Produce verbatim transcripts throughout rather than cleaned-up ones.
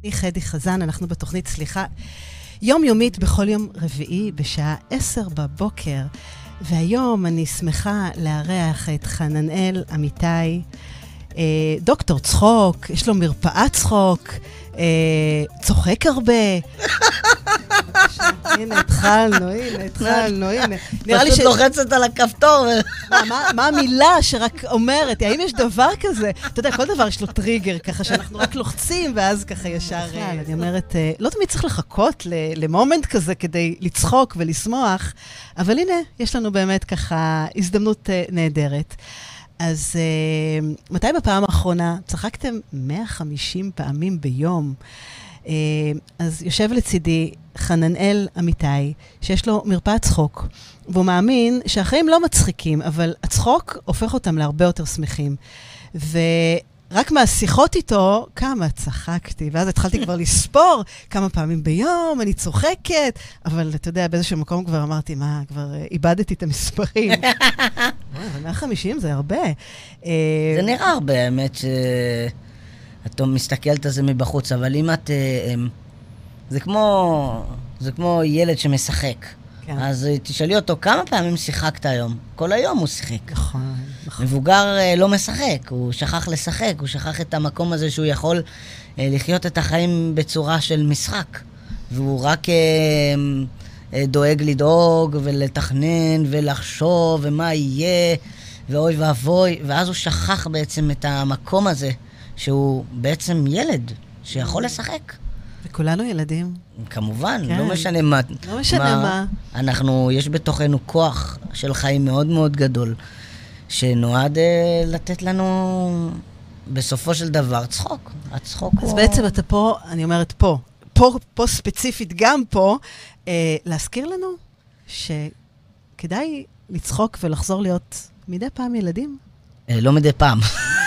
אני חדי חזן, אנחנו בתוכנית סליחה יומיומית בכל יום רביעי בשעה עשר בבוקר, והיום אני שמחה לארח את חננאל אמיתי, אה, דוקטור צחוק, יש לו מרפאה צחוק, אה, צוחק הרבה. הנה, התחלנו, הנה, התחלנו, הנה. פשוט לוחצת על הכפתור. מה המילה שרק אומרת? האם יש דבר כזה? אתה יודע, כל דבר יש לו טריגר, ככה שאנחנו רק לוחצים, ואז ככה ישר... אני אומרת, לא תמיד צריך לחכות למומנט כזה כדי לצחוק ולשמוח, אבל הנה, יש לנו באמת ככה הזדמנות נהדרת. אז מתי בפעם האחרונה צחקתם מאה וחמישים פעמים ביום? אז יושב לצידי חננאל אמיתי, שיש לו מרפאת צחוק, והוא מאמין שהחיים לא מצחיקים, אבל הצחוק הופך אותם להרבה יותר שמחים. ורק מהשיחות איתו, כמה צחקתי, ואז התחלתי כבר לספור כמה פעמים ביום, אני צוחקת, אבל אתה יודע, באיזשהו מקום כבר אמרתי, מה, כבר איבדתי את המספרים. אבל מאה וחמישים זה הרבה. זה נראה הרבה, האמת ש... אתה מסתכלת על זה מבחוץ, אבל אם את... זה כמו... זה כמו ילד שמשחק. כן. אז תשאלי אותו, כמה פעמים שיחקת היום? כל היום הוא שיחק. נכון, נכון. מבוגר לא משחק, הוא שכח לשחק, הוא שכח את המקום הזה שהוא יכול לחיות את החיים בצורה של משחק. והוא רק דואג לדאוג ולתכנן ולחשוב ומה יהיה, ואוי ואבוי, ואז הוא שכח בעצם את המקום הזה. שהוא בעצם ילד שיכול לשחק. וכולנו ילדים. כמובן, כן. לא משנה מה. לא משנה מה. מה. אנחנו, יש בתוכנו כוח של חיים מאוד מאוד גדול, שנועד אה, לתת לנו בסופו של דבר צחוק. הצחוק אז הוא... בעצם אתה פה, אני אומרת פה, פה, פה ספציפית, גם פה, אה, להזכיר לנו שכדאי לצחוק ולחזור להיות מדי פעם ילדים? אה, לא מדי פעם.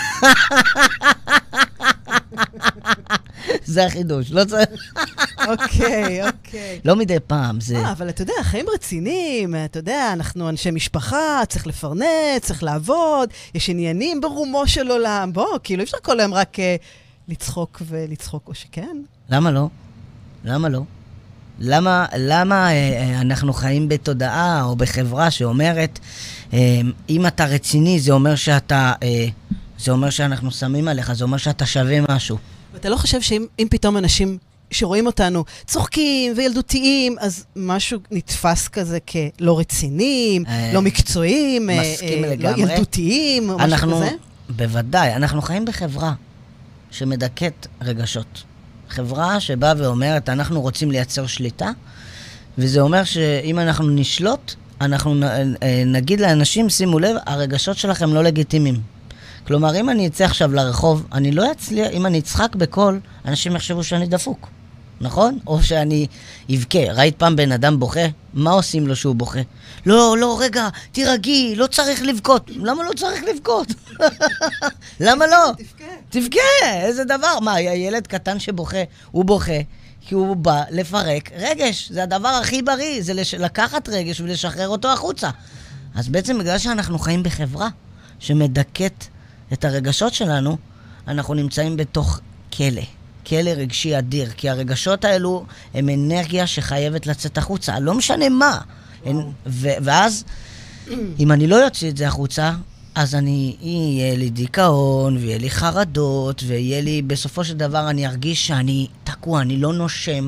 זה החידוש, לא צריך... אוקיי, אוקיי. לא מדי פעם, זה... אה, אבל אתה יודע, חיים רציניים, אתה יודע, אנחנו אנשי משפחה, צריך לפרנס, צריך לעבוד, יש עניינים ברומו של עולם, בוא, כאילו, אפשר כל היום רק לצחוק ולצחוק, או שכן? למה לא? למה לא? למה, למה אה, אנחנו חיים בתודעה או בחברה שאומרת, אה, אם אתה רציני, זה אומר שאתה... אה, זה אומר שאנחנו שמים עליך, זה אומר שאתה שווה משהו. ואתה לא חושב שאם אם פתאום אנשים שרואים אותנו צוחקים וילדותיים, אז משהו נתפס כזה כלא רציניים, אה, לא מקצועיים, מסכים אה, לגמרי. לא ילדותיים, או אנחנו, משהו כזה? בוודאי, אנחנו חיים בחברה שמדכאת רגשות. חברה שבאה ואומרת, אנחנו רוצים לייצר שליטה, וזה אומר שאם אנחנו נשלוט, אנחנו נגיד לאנשים, שימו לב, הרגשות שלכם לא לגיטימיים. כלומר, אם אני אצא עכשיו לרחוב, אני לא אצליח, אם אני אצחק בקול, אנשים יחשבו שאני דפוק, נכון? או שאני אבכה. ראית פעם בן אדם בוכה? מה עושים לו שהוא בוכה? לא, לא, רגע, תירגעי, לא צריך לבכות. למה לא צריך לבכות? למה לא? תבכה. תבכה, איזה דבר. מה, ילד קטן שבוכה, הוא בוכה, כי הוא בא לפרק רגש. זה הדבר הכי בריא, זה לש... לקחת רגש ולשחרר אותו החוצה. אז בעצם בגלל שאנחנו חיים בחברה שמדכאת את הרגשות שלנו, אנחנו נמצאים בתוך כלא, כלא רגשי אדיר, כי הרגשות האלו הם אנרגיה שחייבת לצאת החוצה, לא משנה מה. הן, ו, ואז, אם אני לא יוצא את זה החוצה, אז אני, יהיה לי דיכאון, ויהיה לי חרדות, ויהיה לי, בסופו של דבר אני ארגיש שאני תקוע, אני לא נושם,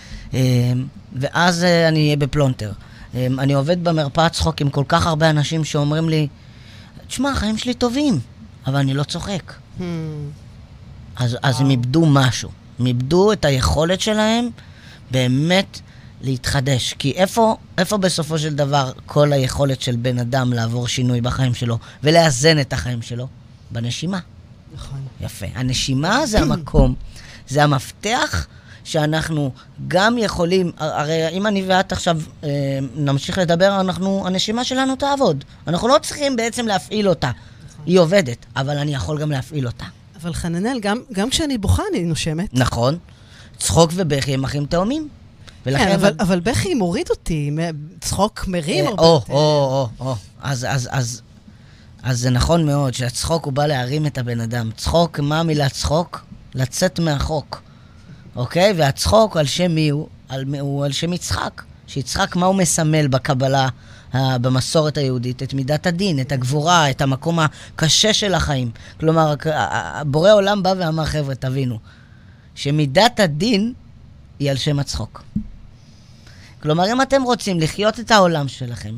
ואז אני אהיה בפלונטר. אני עובד במרפאת צחוק עם כל כך הרבה אנשים שאומרים לי, תשמע, החיים שלי טובים, אבל אני לא צוחק. Hmm. אז, אז הם איבדו משהו. הם איבדו את היכולת שלהם באמת להתחדש. כי איפה, איפה בסופו של דבר כל היכולת של בן אדם לעבור שינוי בחיים שלו ולאזן את החיים שלו? בנשימה. נכון. יפה. הנשימה זה המקום, זה המפתח שאנחנו גם יכולים, הרי אם אני ואת עכשיו אה, נמשיך לדבר, אנחנו, הנשימה שלנו תעבוד. אנחנו לא צריכים בעצם להפעיל אותה. נכון. היא עובדת, אבל אני יכול גם להפעיל אותה. אבל חננאל, גם, גם כשאני בוכה אני נושמת. נכון. צחוק ובכי הם אחים תאומים. כן, אבל, אבל... אבל בכי מוריד אותי, צחוק מרים הרבה. או, או, או, או. אז, אז, אז, אז זה נכון מאוד שהצחוק הוא בא להרים את הבן אדם. צחוק, מה המילה צחוק? לצאת מהחוק. אוקיי? והצחוק על שם מי הוא? על, הוא על שם יצחק. שיצחק מה הוא מסמל בקבלה, במסורת היהודית? את מידת הדין, את הגבורה, את המקום הקשה של החיים. כלומר, בורא עולם בא ואמר, חבר'ה, תבינו, שמידת הדין היא על שם הצחוק. כלומר, אם אתם רוצים לחיות את העולם שלכם,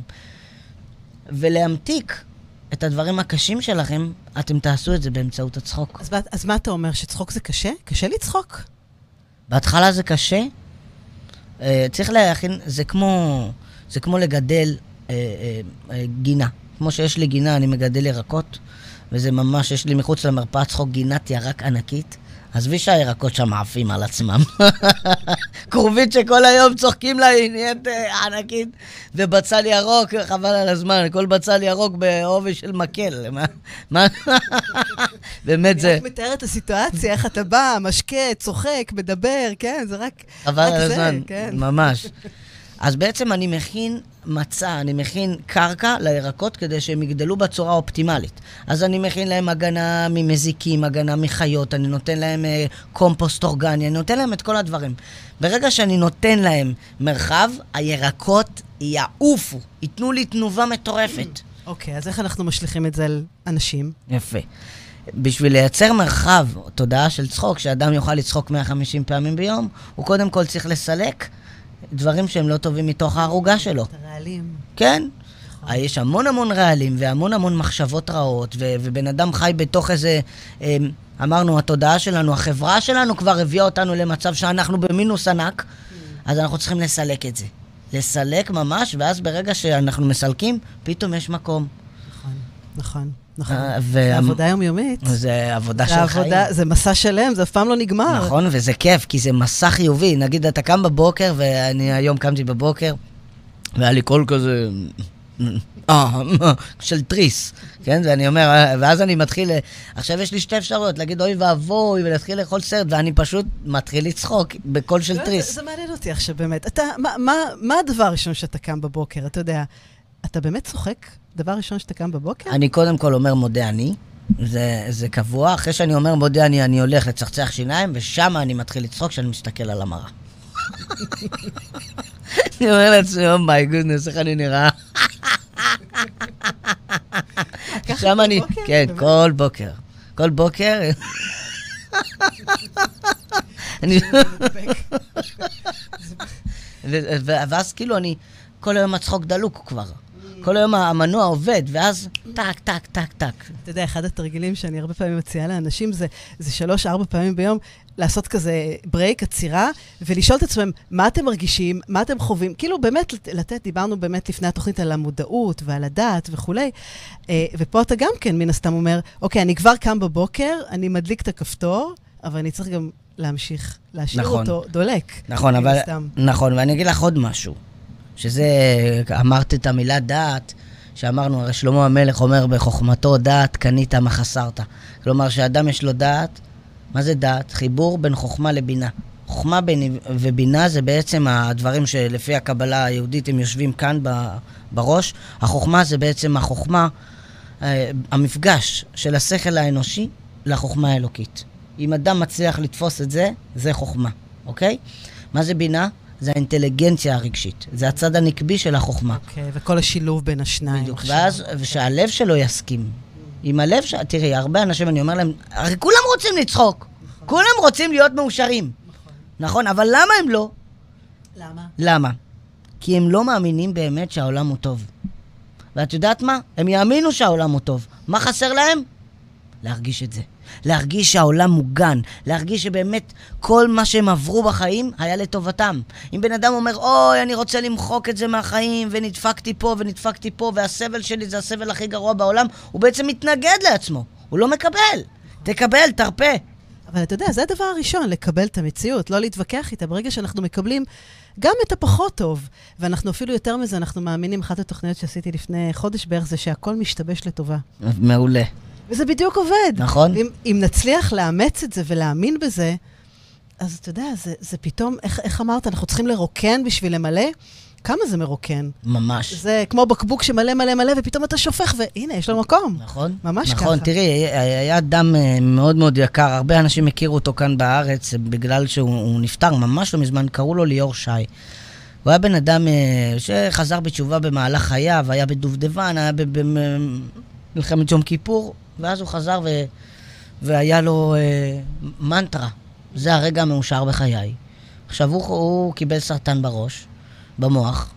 ולהמתיק את הדברים הקשים שלכם, אתם תעשו את זה באמצעות הצחוק. אז, אז מה אתה אומר? שצחוק זה קשה? קשה לצחוק? בהתחלה זה קשה. Uh, צריך להכין, זה כמו, זה כמו לגדל uh, uh, uh, גינה. כמו שיש לי גינה, אני מגדל ירקות, וזה ממש, יש לי מחוץ למרפאה צחוק גינת ירק ענקית. עזבי שהירקות שם עפים על עצמם. קרובית שכל היום צוחקים לה, היא נהיית ענקית, ובצל ירוק, חבל על הזמן, כל בצל ירוק בעובי של מקל. מה? באמת זה... אני רק מתאר את הסיטואציה, איך אתה בא, משקה, צוחק, מדבר, כן, זה רק... חבל על הזמן, ממש. אז בעצם אני מכין מצע, אני מכין קרקע לירקות כדי שהם יגדלו בצורה אופטימלית. אז אני מכין להם הגנה ממזיקים, הגנה מחיות, אני נותן להם אה, קומפוסט אורגני, אני נותן להם את כל הדברים. ברגע שאני נותן להם מרחב, הירקות יעופו, ייתנו לי תנובה מטורפת. אוקיי, אז איך אנחנו משליכים את זה על אנשים? יפה. בשביל לייצר מרחב, תודעה של צחוק, שאדם יוכל לצחוק מאה וחמישים פעמים ביום, הוא קודם כל צריך לסלק דברים שהם לא טובים מתוך הערוגה שלו. את הרעלים. כן. יש המון המון רעלים והמון המון מחשבות רעות, ו- ובן אדם חי בתוך איזה, אמרנו, התודעה שלנו, החברה שלנו כבר הביאה אותנו למצב שאנחנו במינוס ענק, אז אנחנו צריכים לסלק את זה. לסלק ממש, ואז ברגע שאנחנו מסלקים, פתאום יש מקום. נכון, נכון. נכון, זה עבודה יומיומית. זה עבודה של חיים. זה מסע שלם, זה אף פעם לא נגמר. נכון, וזה כיף, כי זה מסע חיובי. נגיד, אתה קם בבוקר, ואני היום קמתי בבוקר, והיה לי קול כזה, של טריס, כן? ואני אומר, ואז אני מתחיל, עכשיו יש לי שתי אפשרויות, להגיד אוי ואבוי, ולהתחיל לאכול סרט, ואני פשוט מתחיל לצחוק בקול של טריס. זה מעניין אותי עכשיו באמת. אתה, מה הדבר הראשון שאתה קם בבוקר? אתה יודע, אתה באמת צוחק? דבר ראשון שאתה קם בבוקר? אני קודם כל אומר מודה אני, זה, זה קבוע. אחרי שאני אומר מודה אני, אני הולך לצחצח שיניים, ושם אני מתחיל לצחוק כשאני מסתכל על המראה. אני אומר לעצמי, oh my goodness, איך אני נראה. שם אני, כן, כל בוקר. כל בוקר. ואז כאילו אני, כל היום הצחוק דלוק כבר. כל היום המנוע עובד, ואז טק, טק, טק, טק. אתה יודע, אחד התרגילים שאני הרבה פעמים מציעה לאנשים, זה, זה שלוש, ארבע פעמים ביום, לעשות כזה ברייק, עצירה, ולשאול את עצמם, מה אתם מרגישים, מה אתם חווים, כאילו באמת לתת, דיברנו באמת לפני התוכנית על המודעות ועל הדעת וכולי, ופה אתה גם כן, מן הסתם אומר, אוקיי, אני כבר קם בבוקר, אני מדליק את הכפתור, אבל אני צריך גם להמשיך, להשאיר נכון. אותו דולק. נכון, אבל, נכון, ואני אגיד לך עוד משהו. שזה, אמרתי את המילה דעת, שאמרנו, הרי שלמה המלך אומר בחוכמתו דעת, קנית מה חסרת. כלומר, שאדם יש לו דעת, מה זה דעת? חיבור בין חוכמה לבינה. חוכמה ובינה זה בעצם הדברים שלפי הקבלה היהודית הם יושבים כאן בראש. החוכמה זה בעצם החוכמה, המפגש של השכל האנושי לחוכמה האלוקית. אם אדם מצליח לתפוס את זה, זה חוכמה, אוקיי? מה זה בינה? זה האינטליגנציה הרגשית. זה הצד הנקבי של החוכמה. אוקיי, וכל השילוב בין השניים. בדיוק, ואז, ושהלב שלו יסכים. עם הלב, ש... תראי, הרבה אנשים, אני אומר להם, הרי כולם רוצים לצחוק. נכון. כולם רוצים להיות מאושרים. נכון. נכון, אבל למה הם לא? למה? למה? כי הם לא מאמינים באמת שהעולם הוא טוב. ואת יודעת מה? הם יאמינו שהעולם הוא טוב. מה חסר להם? להרגיש את זה. להרגיש שהעולם מוגן, להרגיש שבאמת כל מה שהם עברו בחיים היה לטובתם. אם בן אדם אומר, אוי, אני רוצה למחוק את זה מהחיים, ונדפקתי פה ונדפקתי פה, והסבל שלי זה הסבל הכי גרוע בעולם, הוא בעצם מתנגד לעצמו, הוא לא מקבל. תקבל, תרפה. אבל אתה יודע, זה הדבר הראשון, לקבל את המציאות, לא להתווכח איתה. ברגע שאנחנו מקבלים גם את הפחות טוב, ואנחנו אפילו יותר מזה, אנחנו מאמינים, אחת התוכניות שעשיתי לפני חודש בערך, זה שהכל משתבש לטובה. מעולה. וזה בדיוק עובד. נכון. אם, אם נצליח לאמץ את זה ולהאמין בזה, אז אתה יודע, זה, זה פתאום, איך, איך אמרת, אנחנו צריכים לרוקן בשביל למלא? כמה זה מרוקן? ממש. זה כמו בקבוק שמלא מלא מלא, ופתאום אתה שופך, והנה, יש לו מקום. נכון. ממש נכון, ככה. נכון, תראי, היה אדם מאוד מאוד יקר, הרבה אנשים הכירו אותו כאן בארץ, בגלל שהוא נפטר ממש לא מזמן, קראו לו ליאור שי. הוא היה בן אדם שחזר בתשובה במהלך חייו, היה בדובדבן, היה במלחמת יום כיפור, ואז הוא חזר ו... והיה לו אה, מנטרה. זה הרגע המאושר בחיי. עכשיו הוא, הוא קיבל סרטן בראש, במוח,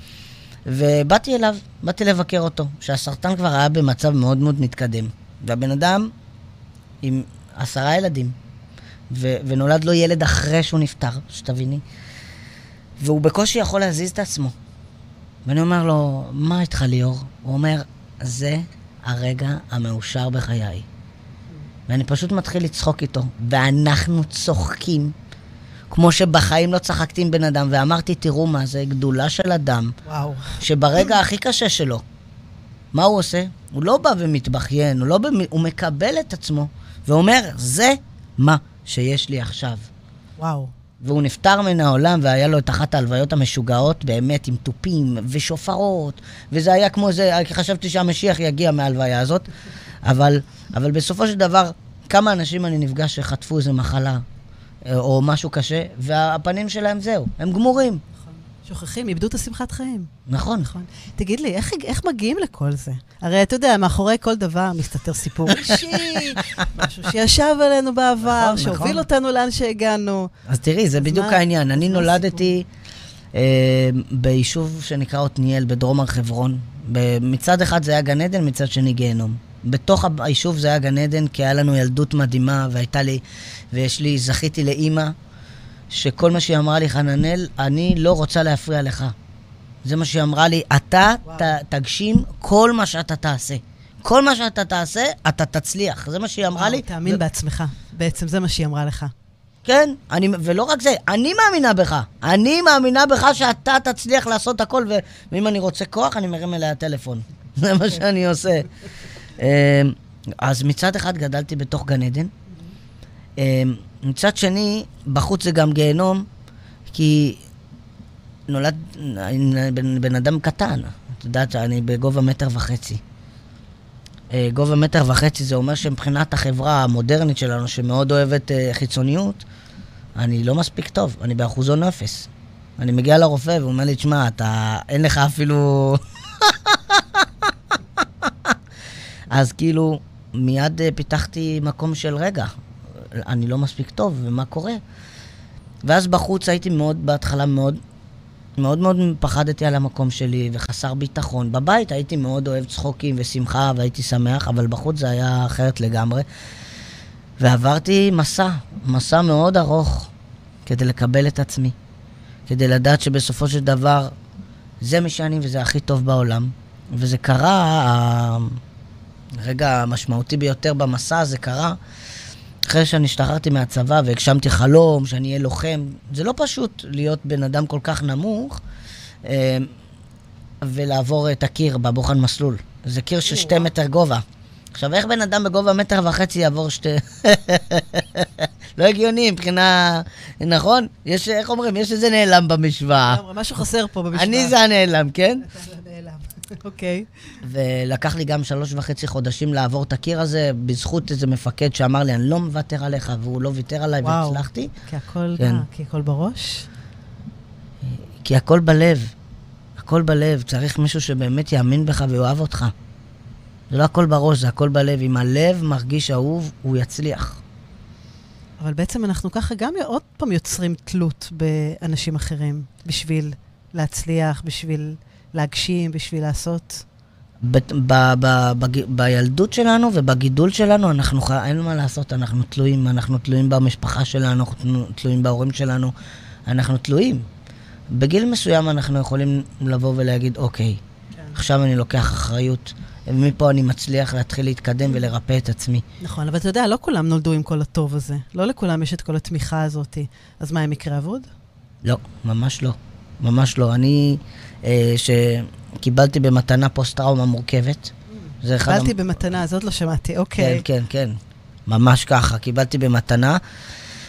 ובאתי אליו, באתי לבקר אותו, שהסרטן כבר היה במצב מאוד מאוד מתקדם. והבן אדם עם עשרה ילדים, ו- ונולד לו ילד אחרי שהוא נפטר, שתביני. והוא בקושי יכול להזיז את עצמו. ואני אומר לו, מה איתך ליאור? הוא אומר, זה הרגע המאושר בחיי. ואני פשוט מתחיל לצחוק איתו, ואנחנו צוחקים, כמו שבחיים לא צחקתי עם בן אדם, ואמרתי, תראו מה זה, גדולה של אדם, וואו. שברגע הכי קשה שלו, מה הוא עושה? הוא לא בא ומתבכיין, הוא, לא במ... הוא מקבל את עצמו, ואומר, זה מה שיש לי עכשיו. וואו. והוא נפטר מן העולם, והיה לו את אחת ההלוויות המשוגעות, באמת, עם טופים ושופרות, וזה היה כמו זה, חשבתי שהמשיח יגיע מההלוויה הזאת, אבל, אבל בסופו של דבר, כמה אנשים אני נפגש שחטפו איזו מחלה, או משהו קשה, והפנים שלהם זהו, הם גמורים. נכון. שוכחים, איבדו את השמחת חיים. נכון. נכון. תגיד לי, איך, איך מגיעים לכל זה? הרי אתה יודע, מאחורי כל דבר מסתתר סיפור אישי, משהו שישב עלינו בעבר, נכון, שהוביל נכון. אותנו לאן שהגענו. אז תראי, זה בדיוק מה, העניין. אני נולדתי אה, ביישוב שנקרא עתניאל, בדרום הר חברון. מצד אחד זה היה גן עדן, מצד שני גיהנום. בתוך היישוב זה היה גן עדן, כי היה לנו ילדות מדהימה, והייתה לי, ויש לי, זכיתי לאמא, שכל מה שהיא אמרה לי, חננאל, אני לא רוצה להפריע לך. זה מה שהיא אמרה לי, אתה ת, תגשים כל מה שאתה תעשה. כל מה שאתה תעשה, אתה תצליח. זה מה שהיא אמרה וואו, לי. תאמין ו... בעצמך. בעצם זה מה שהיא אמרה לך. כן, אני, ולא רק זה, אני מאמינה בך. אני מאמינה בך שאתה תצליח לעשות הכל, ו, ואם אני רוצה כוח, אני מרים אליה טלפון. זה מה שאני עושה. אז מצד אחד גדלתי בתוך גן עדן. מצד שני, בחוץ זה גם גיהנום, כי נולד בן, בן אדם קטן. את יודעת, אני בגובה מטר וחצי. גובה מטר וחצי זה אומר שמבחינת החברה המודרנית שלנו, שמאוד אוהבת חיצוניות, אני לא מספיק טוב, אני באחוזון אפס. אני מגיע לרופא והוא אומר לי, תשמע, אתה, אין לך אפילו... אז כאילו, מיד פיתחתי מקום של רגע. אני לא מספיק טוב, ומה קורה? ואז בחוץ הייתי מאוד, בהתחלה מאוד, מאוד מאוד פחדתי על המקום שלי, וחסר ביטחון. בבית הייתי מאוד אוהב צחוקים ושמחה, והייתי שמח, אבל בחוץ זה היה אחרת לגמרי. ועברתי מסע, מסע מאוד ארוך, כדי לקבל את עצמי. כדי לדעת שבסופו של דבר, זה מי שאני וזה הכי טוב בעולם. וזה קרה, הרגע המשמעותי ביותר במסע זה קרה, אחרי שאני השתחררתי מהצבא והגשמתי חלום, שאני אהיה לוחם. זה לא פשוט להיות בן אדם כל כך נמוך, אה, ולעבור את הקיר בבוחן מסלול. זה קיר של שתי מטר גובה. עכשיו, איך בן אדם בגובה מטר וחצי יעבור שתי... לא הגיוני, מבחינה... נכון? יש, איך אומרים? יש איזה נעלם במשוואה. משהו חסר פה במשוואה. אני זה הנעלם, כן? אתה נעלם. אוקיי. ולקח לי גם שלוש וחצי חודשים לעבור את הקיר הזה, בזכות איזה מפקד שאמר לי, אני לא מוותר עליך, והוא לא ויתר עליי, והצלחתי. כי הכל, כן. מה? כי הכל בראש? כי הכל בלב. הכל בלב. צריך מישהו שבאמת יאמין בך ואוהב אותך. זה לא הכל בראש, זה הכל בלב. אם הלב מרגיש אהוב, הוא יצליח. אבל בעצם אנחנו ככה גם עוד פעם יוצרים תלות באנשים אחרים, בשביל להצליח, בשביל להגשים, בשביל לעשות. ב- ב- ב- ב- בילדות שלנו ובגידול שלנו, אנחנו אין מה לעשות, אנחנו תלויים, אנחנו תלויים במשפחה שלנו, אנחנו תלויים בהורים שלנו, אנחנו תלויים. בגיל מסוים אנחנו יכולים לבוא ולהגיד, אוקיי, כן. עכשיו אני לוקח אחריות, ומפה אני מצליח להתחיל להתקדם ולרפא את עצמי. נכון, אבל אתה יודע, לא כולם נולדו עם כל הטוב הזה. לא לכולם יש את כל התמיכה הזאת. אז מה, הם מקרה אבוד? לא, ממש לא. ממש לא. אני, אה, שקיבלתי במתנה פוסט-טראומה מורכבת. קיבלתי המ... במתנה, אז עוד לא שמעתי, אוקיי. כן, כן, כן. ממש ככה. קיבלתי במתנה.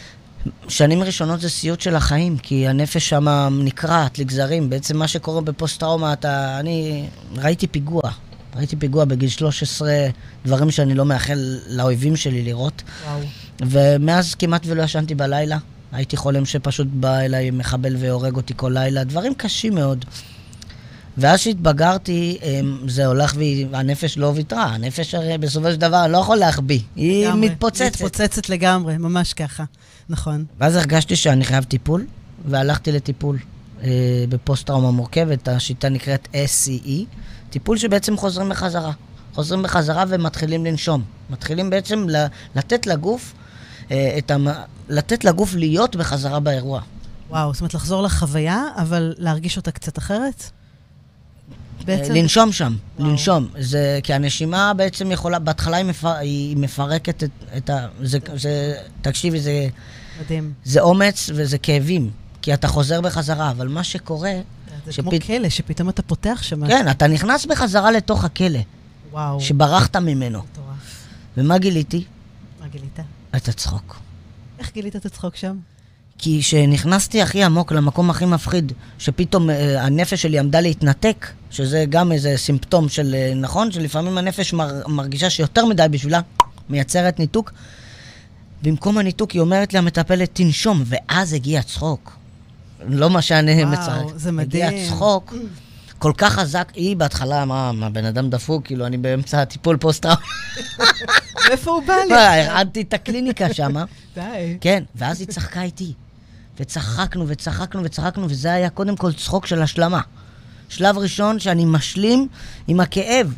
שנים ראשונות זה סיוט של החיים, כי הנפש שם נקרעת לגזרים. בעצם מה שקורה בפוסט-טראומה, אתה, אני ראיתי פיגוע. ראיתי פיגוע בגיל שלוש עשרה, דברים שאני לא מאחל לאויבים שלי לראות. וואו. ומאז כמעט ולא ישנתי בלילה. הייתי חולם שפשוט בא אליי מחבל והורג אותי כל לילה. דברים קשים מאוד. ואז שהתבגרתי, זה הולך והנפש לא ויתרה. הנפש הרי בסופו של דבר לא יכול להחביא. היא לגמרי, מתפוצצת. מתפוצצת לגמרי, ממש ככה. נכון. ואז הרגשתי שאני חייב טיפול, והלכתי לטיפול אה, בפוסט-טראומה מורכבת. השיטה נקראת אס סי אי. טיפול שבעצם חוזרים בחזרה. חוזרים בחזרה ומתחילים לנשום. מתחילים בעצם לתת לגוף, אה, את המ... לתת לגוף להיות בחזרה באירוע. וואו, זאת אומרת לחזור לחוויה, אבל להרגיש אותה קצת אחרת? בעצם... לנשום שם, וואו. לנשום. זה, כי הנשימה בעצם יכולה, בהתחלה היא, מפר, היא מפרקת את, את ה... זה, זה, תקשיבי, זה... מדהים. זה אומץ וזה כאבים, כי אתה חוזר בחזרה, אבל מה שקורה... זה שפ... כמו כלא, שפתאום אתה פותח שם. כן, אתה נכנס בחזרה לתוך הכלא. וואו. שברחת ממנו. מטורף. ומה גיליתי? מה גילית? את הצחוק. איך גילית את הצחוק שם? כי שנכנסתי הכי עמוק למקום הכי מפחיד, שפתאום אה, הנפש שלי עמדה להתנתק, שזה גם איזה סימפטום של, אה, נכון? שלפעמים הנפש מר, מרגישה שיותר מדי בשבילה, מייצרת ניתוק. במקום הניתוק היא אומרת לי המטפלת, תנשום, ואז הגיע צחוק. לא מה שאני מצחק. וואו, זה מדהים. הגיע צחוק. כל כך חזק, היא בהתחלה, מה, מה, בן אדם דפוק, כאילו, אני באמצע הטיפול פוסט-טראומה. איפה הוא בא לי? הרעדתי את הקליניקה שם. די. כן, ואז היא צחקה איתי. וצחקנו וצחקנו וצחקנו, וזה היה קודם כל צחוק של השלמה. שלב ראשון שאני משלים עם הכאב.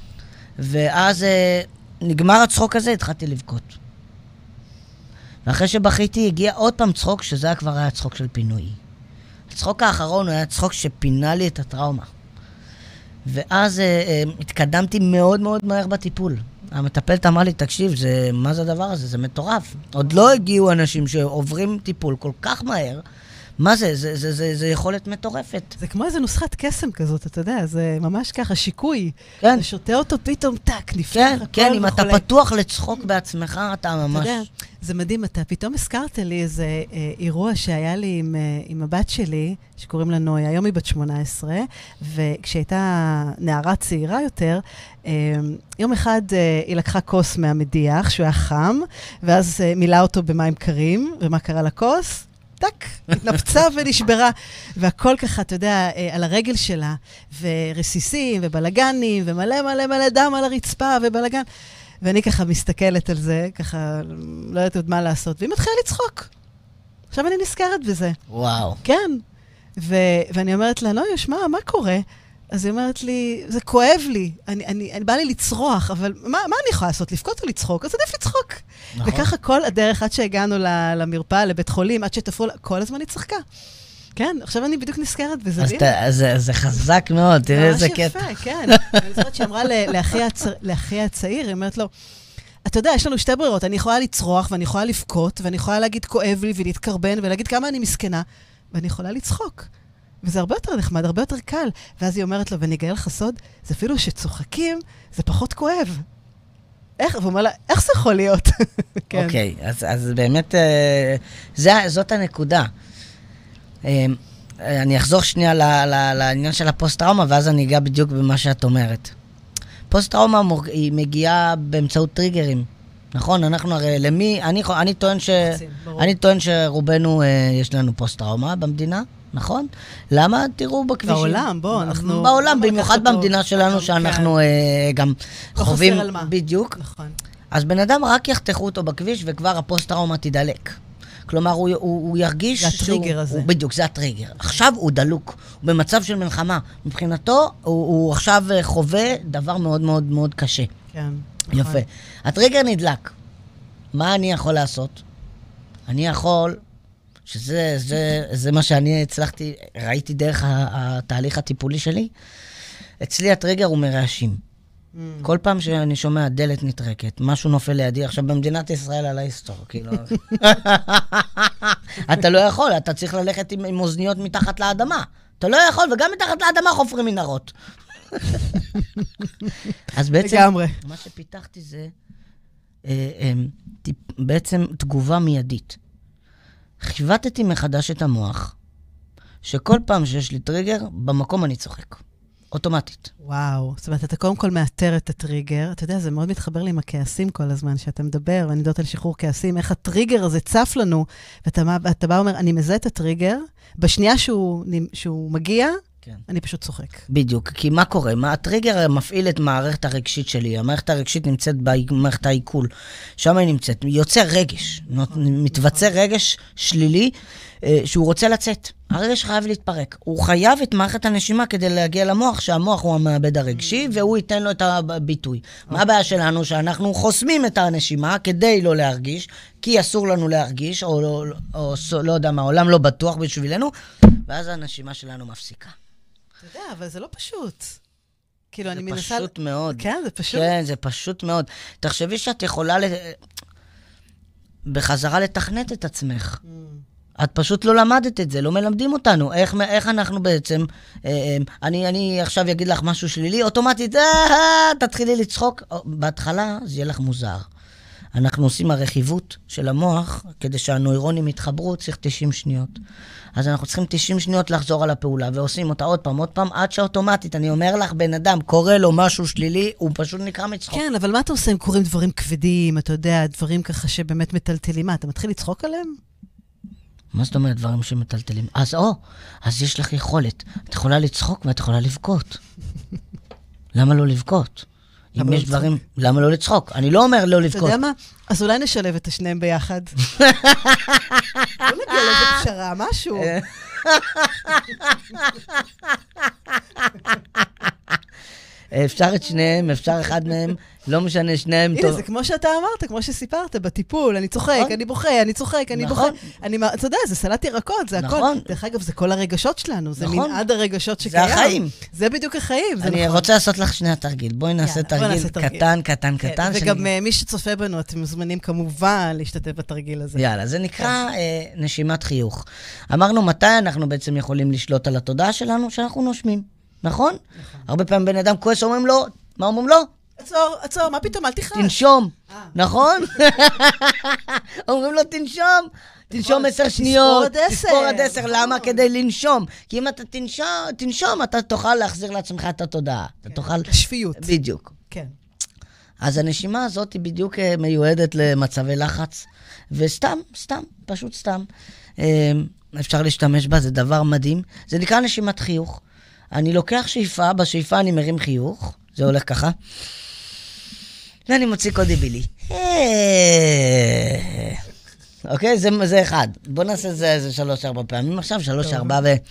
ואז אה, נגמר הצחוק הזה, התחלתי לבכות. ואחרי שבכיתי, הגיע עוד פעם צחוק, שזה כבר היה צחוק של פינוי. הצחוק האחרון הוא היה צחוק שפינה לי את הטראומה. ואז אה, אה, התקדמתי מאוד מאוד מהר בטיפול. המטפלת אמרה לי, תקשיב, זה, מה זה הדבר הזה? זה מטורף. עוד לא הגיעו אנשים שעוברים טיפול כל כך מהר. מה זה? זה, זה, זה, זה יכולת מטורפת. זה כמו איזה נוסחת קסם כזאת, אתה יודע, זה ממש ככה, שיקוי. כן. אתה שותה אותו פתאום, טק, נפתח כן, הכל כן, אם אתה וכולי. פתוח לצחוק בעצמך, אתה ממש... אתה יודע, זה מדהים, אתה פתאום הזכרת לי איזה אה, אירוע שהיה לי עם, אה, עם הבת שלי, שקוראים לנו, היום היא בת שמונה עשרה, וכשהייתה נערה צעירה יותר, אה, יום אחד אה, היא לקחה כוס מהמדיח, שהוא היה חם, ואז אה, מילאה אותו במים קרים, ומה קרה לכוס? טק, התנפצה ונשברה, והכל ככה, אתה יודע, על הרגל שלה, ורסיסים, ובלגנים, ומלא מלא מלא דם על הרצפה, ובלגן. ואני ככה מסתכלת על זה, ככה, לא יודעת עוד מה לעשות, והיא מתחילה לצחוק. עכשיו אני נזכרת בזה. וואו. כן. ו- ואני אומרת לה, לא, יושמה, מה קורה? אז היא אומרת לי, זה כואב לי, אני, אני, אני בא לי לצרוח, אבל מה, מה אני יכולה לעשות? לבכות או לצחוק? אז עדיף לצחוק. נכון. וככה כל הדרך, עד שהגענו למרפאה, לבית חולים, עד שתפרו, כל הזמן היא צחקה. כן, עכשיו אני בדיוק נזכרת בזה. אז ת, זה, זה חזק מאוד, תראה איזה קטע. ממש יפה, כן. אני זוכרת שהיא אמרה לאחי הצעיר, היא אומרת לו, אתה יודע, יש לנו שתי ברירות, אני יכולה לצרוח, ואני יכולה לבכות, ואני יכולה להגיד כואב לי, ולהתקרבן, ולהגיד כמה אני מסכנה, ואני יכולה לצחוק. וזה הרבה יותר נחמד, הרבה יותר קל. ואז היא אומרת לו, ואני אגלה לך סוד, זה אפילו שצוחקים, זה פחות כואב. איך? והוא אומר לה, איך זה יכול להיות? כן. אוקיי, אז, אז באמת, זה, זאת הנקודה. אני אחזור שנייה לעניין של הפוסט-טראומה, ואז אני אגע בדיוק במה שאת אומרת. פוסט-טראומה היא מגיעה באמצעות טריגרים. נכון, אנחנו הרי למי, אני, אני טוען ש... אני טוען שרובנו יש לנו פוסט-טראומה במדינה. נכון? למה? תראו בכבישים. בעולם, בוא, אנחנו... בעולם, במיוחד במדינה שלנו, שאנחנו גם חווים... לא חסר על מה. בדיוק. נכון. אז בן אדם רק יחתכו אותו בכביש, וכבר הפוסט-טראומה תדלק. כלומר, הוא, הוא, הוא ירגיש... זה הטריגר הזה. הוא, בדיוק, זה הטריגר. עכשיו הוא דלוק. הוא במצב של מלחמה. מבחינתו, הוא, הוא עכשיו חווה דבר מאוד מאוד מאוד קשה. כן. יפה. נכון. הטריגר נדלק. מה אני יכול לעשות? אני יכול... שזה זה, זה מה שאני הצלחתי, ראיתי דרך התהליך הטיפולי שלי. אצלי הטריגר הוא מרעשים. Mm. כל פעם שאני שומע דלת נטרקת, משהו נופל לידי, עכשיו במדינת ישראל על ההיסטור, כאילו. אתה לא יכול, אתה צריך ללכת עם, עם אוזניות מתחת לאדמה. אתה לא יכול, וגם מתחת לאדמה חופרים מנהרות. אז בעצם, לגמרי. מה שפיתחתי זה אה, אה, בעצם תגובה מיידית. חיוותתי מחדש את המוח, שכל פעם שיש לי טריגר, במקום אני צוחק. אוטומטית. וואו, זאת אומרת, אתה קודם כל מאתר את הטריגר. אתה יודע, זה מאוד מתחבר לי עם הכעסים כל הזמן, שאתה מדבר, ואני יודעת על שחרור כעסים, איך הטריגר הזה צף לנו, ואתה, ואתה בא ואומר, אני מזהה את הטריגר, בשנייה שהוא, שהוא מגיע, כן. אני פשוט צוחק. בדיוק, כי מה קורה? מה, הטריגר מפעיל את מערכת הרגשית שלי, המערכת הרגשית נמצאת במערכת העיכול, שם היא נמצאת, יוצא רגש, מתבצע רגש שלילי, שהוא רוצה לצאת. הרגש חייב להתפרק. הוא חייב את מערכת הנשימה כדי להגיע למוח, שהמוח הוא המעבד הרגשי, והוא ייתן לו את הביטוי. מה הבעיה שלנו? שאנחנו חוסמים את הנשימה כדי לא להרגיש, כי אסור לנו להרגיש, או לא, או, או לא יודע מה, העולם לא בטוח בשבילנו, ואז הנשימה שלנו מפסיקה. אתה יודע, אבל זה לא פשוט. כאילו, אני מנסה... זה פשוט מאוד. כן, זה פשוט. כן, זה פשוט מאוד. תחשבי שאת יכולה בחזרה לתכנת את עצמך. את פשוט לא למדת את זה, לא מלמדים אותנו. איך, איך אנחנו בעצם, אה, אני, אני עכשיו אגיד לך משהו שלילי, אוטומטית, אה, תתחילי לצחוק. בהתחלה זה יהיה לך מוזר. אנחנו עושים הרכיבות של המוח, כדי שהנוירונים יתחברו, צריך תשעים שניות. אז אנחנו צריכים תשעים שניות לחזור על הפעולה, ועושים אותה עוד פעם, עוד פעם, עד שאוטומטית, אני אומר לך, בן אדם, קורא לו משהו שלילי, הוא פשוט נקרא מצחוק. כן, אבל מה אתה עושה אם קוראים דברים כבדים, אתה יודע, דברים ככה שבאמת מטלטלים, מה, אתה מתחיל לצחוק עליהם? מה זאת אומרת דברים שמטלטלים? אז או, אז יש לך יכולת. את יכולה לצחוק ואת יכולה לבכות. למה לא לבכות? אם יש דברים, למה לא לצחוק? אני לא אומר לא לבכות. אתה יודע מה? אז אולי נשלב את השניהם ביחד. לא נגיע לאיזה פשרה, משהו. אפשר את שניהם, אפשר אחד מהם, לא משנה, שניהם טוב. הנה, זה כמו שאתה אמרת, כמו שסיפרת, בטיפול, אני צוחק, אני בוכה, אני צוחק, אני בוכה. אתה יודע, זה סלט ירקות, זה הכל. דרך אגב, זה כל הרגשות שלנו, זה מנעד הרגשות שקיים. זה החיים. זה בדיוק החיים, זה נכון. אני רוצה לעשות לך שני התרגיל. בואי נעשה תרגיל קטן, קטן, קטן. וגם מי שצופה בנו, אתם מוזמנים כמובן להשתתף בתרגיל הזה. יאללה, זה נקרא נשימת חיוך. אמרנו מתי אנחנו בעצם יכולים לשלוט על התודעה שלנו, שאנחנו נושמים. נכון? הרבה פעמים בן אדם כועס, אומרים לו, מה אומרים לו? עצור, עצור, מה פתאום, אל תכעס. תנשום, נכון? אומרים לו, תנשום. תנשום עשר שניות. תספור עד עשר. תספור עד עשר, למה? כדי לנשום. כי אם אתה תנשום, אתה תוכל להחזיר לעצמך את התודעה. אתה תוכל... השפיות. בדיוק. כן. אז הנשימה הזאת היא בדיוק מיועדת למצבי לחץ, וסתם, סתם, פשוט סתם. אפשר להשתמש בה, זה דבר מדהים. זה נקרא נשימת חיוך. אני לוקח שאיפה, בשאיפה אני מרים חיוך, זה הולך ככה, ואני מוציא קודי בילי. אוקיי, זה אחד. בוא נעשה את זה איזה שלוש, ארבע פעמים עכשיו, שלוש, ארבע ו...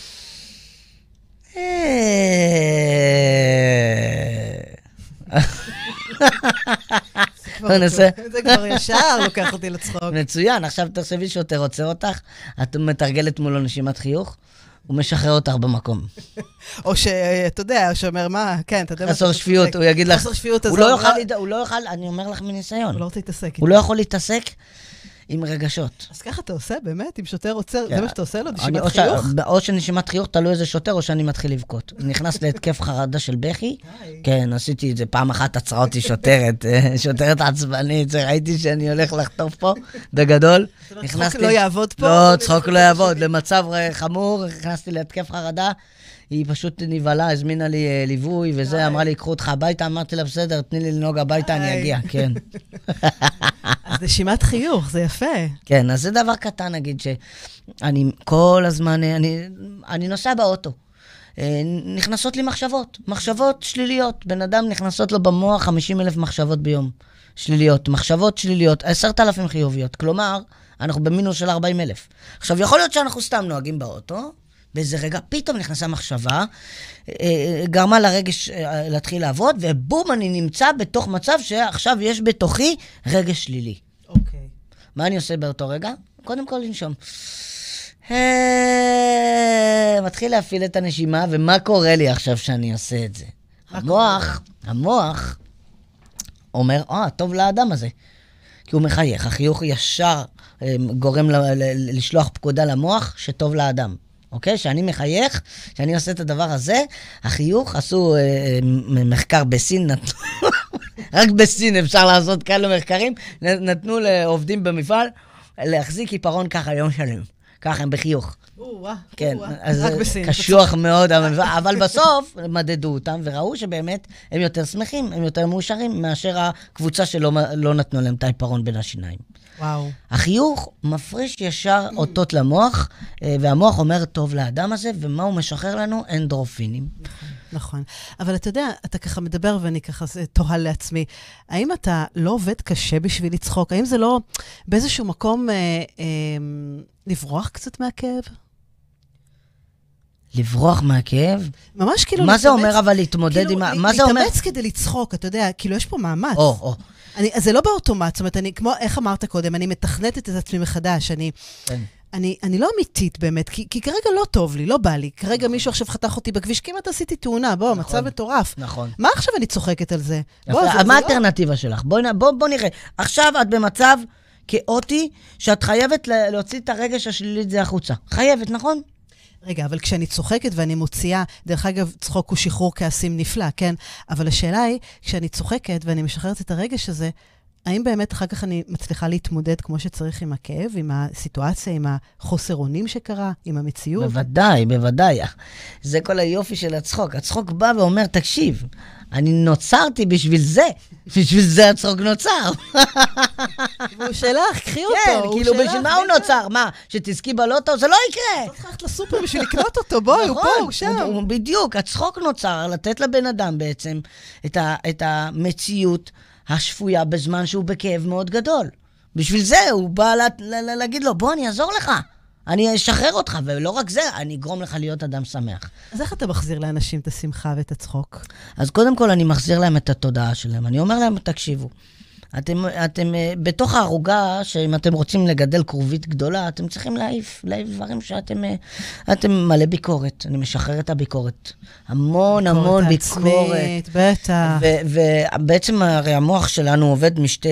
זה כבר ישר לוקח אותי לצחוק. מצוין, עכשיו תחשבי שאתה רוצה אותך, את מתרגלת מולו נשימת חיוך, הוא משחרר אותך במקום. או שאתה יודע, שאומר מה, כן, אתה יודע מה... חסר שפיות, הוא יגיד לך... חסר שפיות, הוא לא יוכל, הוא לא יוכל, אני אומר לך מניסיון. הוא לא רוצה להתעסק. הוא לא יכול להתעסק עם רגשות. אז ככה אתה עושה, באמת? אם שוטר עוצר, זה מה שאתה עושה לו? נשימת חיוך? או שנשימת חיוך, תלוי איזה שוטר, או שאני מתחיל לבכות. נכנס להתקף חרדה של בכי. כן, עשיתי את זה. פעם אחת עצרה אותי שוטרת, שוטרת עצבנית, ראיתי שאני הולך לחטוף פה, בגדול. צחוק לא יעבוד פה? לא, צחוק לא יעבוד. למצב חמור, נכנסתי להתקף חרדה. היא פשוט נבהלה, הזמינה לי ליווי, וזה, אמרה לי, קחו אותך הביתה, אמרתי לה, בסדר, תני לי לנהוג הביתה, אני אגיע, כן. אז נשימת חיוך, זה יפה. כן, אז זה דבר קטן, נגיד, שאני כל הזמן, אני, אני נוסע באוטו. נכנסות לי מחשבות, מחשבות שליליות. בן אדם נכנסות לו במוח חמישים אלף מחשבות ביום. שליליות, מחשבות שליליות, עשרת אלפים חיוביות. כלומר, אנחנו במינוס של ארבעים אלף. עכשיו, יכול להיות שאנחנו סתם נוהגים באוטו, באיזה רגע פתאום נכנסה מחשבה, גרמה לרגש להתחיל לעבוד, ובום, אני נמצא בתוך מצב שעכשיו יש בתוכי רגש שלילי. אוקיי. מה אני עושה באותו רגע? קודם כל לנשום. מתחיל להפעיל את הנשימה, ומה קורה לי עכשיו שאני עושה את זה? המוח, המוח אומר, אה, טוב לאדם הזה. כי הוא מחייך, החיוך ישר גורם לשלוח פקודה למוח שטוב לאדם. אוקיי? שאני מחייך, שאני עושה את הדבר הזה, החיוך, עשו אה, מחקר בסין, נתנו, רק בסין אפשר לעשות כאלה מחקרים, נתנו לעובדים במפעל, להחזיק עיפרון ככה יום שלם. ככה, הם בחיוך. כן, אז רק בסין. קשוח מאוד, אבל בסוף מדדו אותם וראו שבאמת הם יותר שמחים, הם יותר מאושרים מאשר הקבוצה שלא נתנו להם את העיפרון בין השיניים. וואו. החיוך מפריש ישר אותות למוח, והמוח אומר טוב לאדם הזה, ומה הוא משחרר לנו? אנדרופינים. נכון. אבל אתה יודע, אתה ככה מדבר ואני ככה תוהה לעצמי, האם אתה לא עובד קשה בשביל לצחוק? האם זה לא באיזשהו מקום אה, אה, לברוח קצת מהכאב? לברוח מהכאב? ממש כאילו... מה זה אומר אבל להתמודד כאילו, עם... מה זה אומר? להתאמץ כדי לצחוק, אתה יודע, כאילו יש פה מאמץ. או, או. אני, אז זה לא באוטומט, זאת אומרת, אני, כמו, איך אמרת קודם, אני מתכנתת את עצמי מחדש, אני... כן. אני, אני לא אמיתית באמת, כי, כי כרגע לא טוב לי, לא בא לי. כרגע מישהו עכשיו חתך אותי בכביש, כמעט עשיתי תאונה, בוא, נכון, מצב מטורף. נכון. מה עכשיו אני צוחקת על זה? בוא, זה, מה האלטרנטיבה לא... שלך? בוא, בוא, בוא נראה. עכשיו את במצב כאוטי, שאת חייבת להוציא את הרגש השלילי את זה החוצה. חייבת, נכון? רגע, אבל כשאני צוחקת ואני מוציאה, דרך אגב, צחוק הוא שחרור כעסים נפלא, כן? אבל השאלה היא, כשאני צוחקת ואני משחררת את הרגש הזה, האם באמת אחר כך אני מצליחה להתמודד כמו שצריך עם הכאב, עם הסיטואציה, עם החוסר אונים שקרה, עם המציאות? בוודאי, בוודאי. זה כל היופי של הצחוק. הצחוק בא ואומר, תקשיב, אני נוצרתי בשביל זה. בשביל זה הצחוק נוצר. והוא שלך, קחי אותו. כן, כאילו בשביל מה הוא נוצר? מה, שתזכי בלוטו? זה לא יקרה. לא צריך ללכת לסופר בשביל לקנות אותו, בואי, הוא פה, הוא שם. בדיוק, הצחוק נוצר, לתת לבן אדם בעצם את המציאות השפויה בזמן שהוא בכאב מאוד גדול. בשביל זה הוא בא להגיד לו, בוא, אני אעזור לך. אני אשחרר אותך, ולא רק זה, אני אגרום לך להיות אדם שמח. אז איך אתה מחזיר לאנשים את השמחה ואת הצחוק? אז קודם כל אני מחזיר להם את התודעה שלהם. אני אומר להם, תקשיבו, אתם, אתם בתוך הערוגה, שאם אתם רוצים לגדל כרובית גדולה, אתם צריכים להעיף, להעיף דברים שאתם אתם מלא ביקורת. אני משחרר את הביקורת. המון המון ביקורת. עצמית, בטח. ובעצם הרי המוח שלנו עובד משתי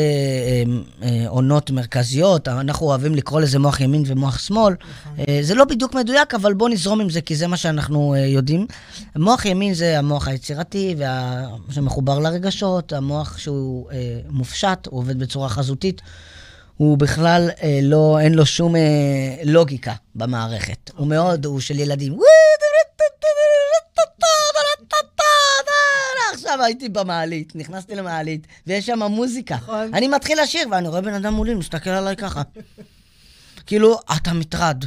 עונות מרכזיות. אנחנו אוהבים לקרוא לזה מוח ימין ומוח שמאל. זה לא בדיוק מדויק, אבל בוא נזרום עם זה, כי זה מה שאנחנו יודעים. מוח ימין זה המוח היצירתי, שמחובר לרגשות, המוח שהוא מופשט, הוא עובד בצורה חזותית, הוא בכלל אה, לא, אין לו שום אה, לוגיקה במערכת. הוא מאוד, הוא של ילדים. עכשיו הייתי במעלית, נכנסתי למעלית, ויש שם מוזיקה. אני מתחיל לשיר, ואני רואה בן אדם מולי, מסתכל עליי ככה. כאילו, אתה מטרד.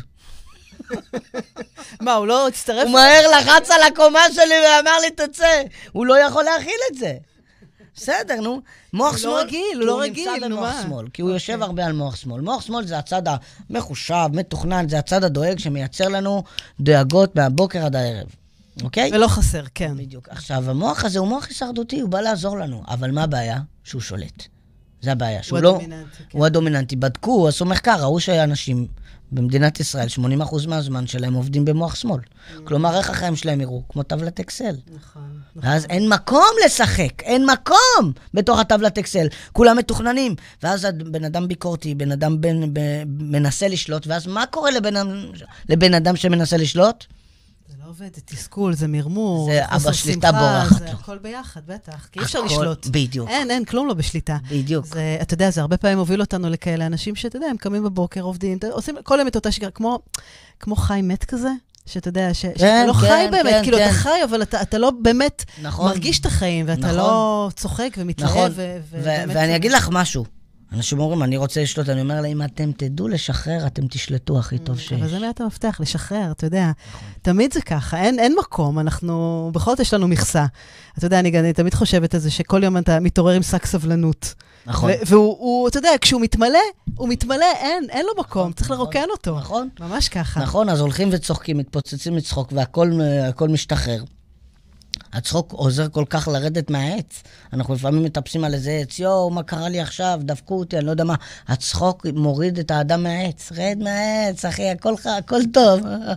מה, הוא לא הצטרף? הוא מהר לחץ על הקומה שלי ואמר לי, תצא. הוא לא יכול להכיל את זה. בסדר, נו. מוח שמאל. הוא לא רגיל, הוא לא רגיל, נו מה? הוא נמצא במוח שמאל, כי הוא יושב הרבה על מוח שמאל. מוח שמאל זה הצד המחושב, מתוכנן, זה הצד הדואג שמייצר לנו דואגות מהבוקר עד הערב. אוקיי? ולא חסר, כן. בדיוק. עכשיו, המוח הזה הוא מוח הישרדותי, הוא בא לעזור לנו. אבל מה הבעיה? שהוא שולט. זה הבעיה. הוא הדומיננטי. הוא הדומיננטי. בדקו, עשו מחקר, ראו שאנשים במדינת ישראל, שמונים אחוז מהזמן שלהם עובדים במוח שמאל. כלומר, איך החיים שלהם יראו? כמו טבלת אקסל. נכון. ואז אין מקום לשחק, אין מקום בתוך הטבלת אקסל. כולם מתוכננים. ואז בן אדם ביקורתי, בן אדם בן, ב, מנסה לשלוט, ואז מה קורה לבן, לבן אדם שמנסה לשלוט? זה לא עובד, זה תסכול, זה מרמור. זה אבא שליטה בורחת. זה הכל ביחד, בטח. כי אי אפשר לשלוט. בדיוק. אין, אין, כלום לא בשליטה. בדיק. זה, אתה יודע, זה הרבה פעמים הוביל אותנו לכאלה אנשים שאתה יודע, הם קמים בבוקר, עובדים, עושים כל יום את אותה שגרה, כמו, כמו חי מת כזה. שאתה יודע, ש... כן, שאתה לא כן, חי באמת, כן, כאילו כן. אתה חי, אבל אתה, אתה לא באמת נכון. מרגיש את החיים, ואתה נכון. לא צוחק ומתלהב. נכון. ו- ו- ו- ואני אגיד לך משהו, אנשים אומרים, אני רוצה לשלוט, אני אומר לה, אם אתם תדעו לשחרר, אתם תשלטו הכי טוב שיש. אבל זה מעט המפתח, לשחרר, אתה יודע. תמיד זה ככה, אין, אין מקום, אנחנו, בכל זאת יש לנו מכסה. אתה יודע, אני, אני תמיד חושבת על זה, שכל יום אתה מתעורר עם שק סבלנות. נכון. והוא, הוא, אתה יודע, כשהוא מתמלא, הוא מתמלא, אין, אין לו מקום, צריך לרוקן אותו. נכון. ממש ככה. נכון, אז הולכים וצוחקים, מתפוצצים מצחוק, והכל הכל משתחרר. הצחוק עוזר כל כך לרדת מהעץ. אנחנו לפעמים מטפסים על איזה עץ, יואו, מה קרה לי עכשיו? דפקו אותי, אני לא יודע מה. הצחוק מוריד את האדם מהעץ. רד מהעץ, אחי, הכל, הכל טוב.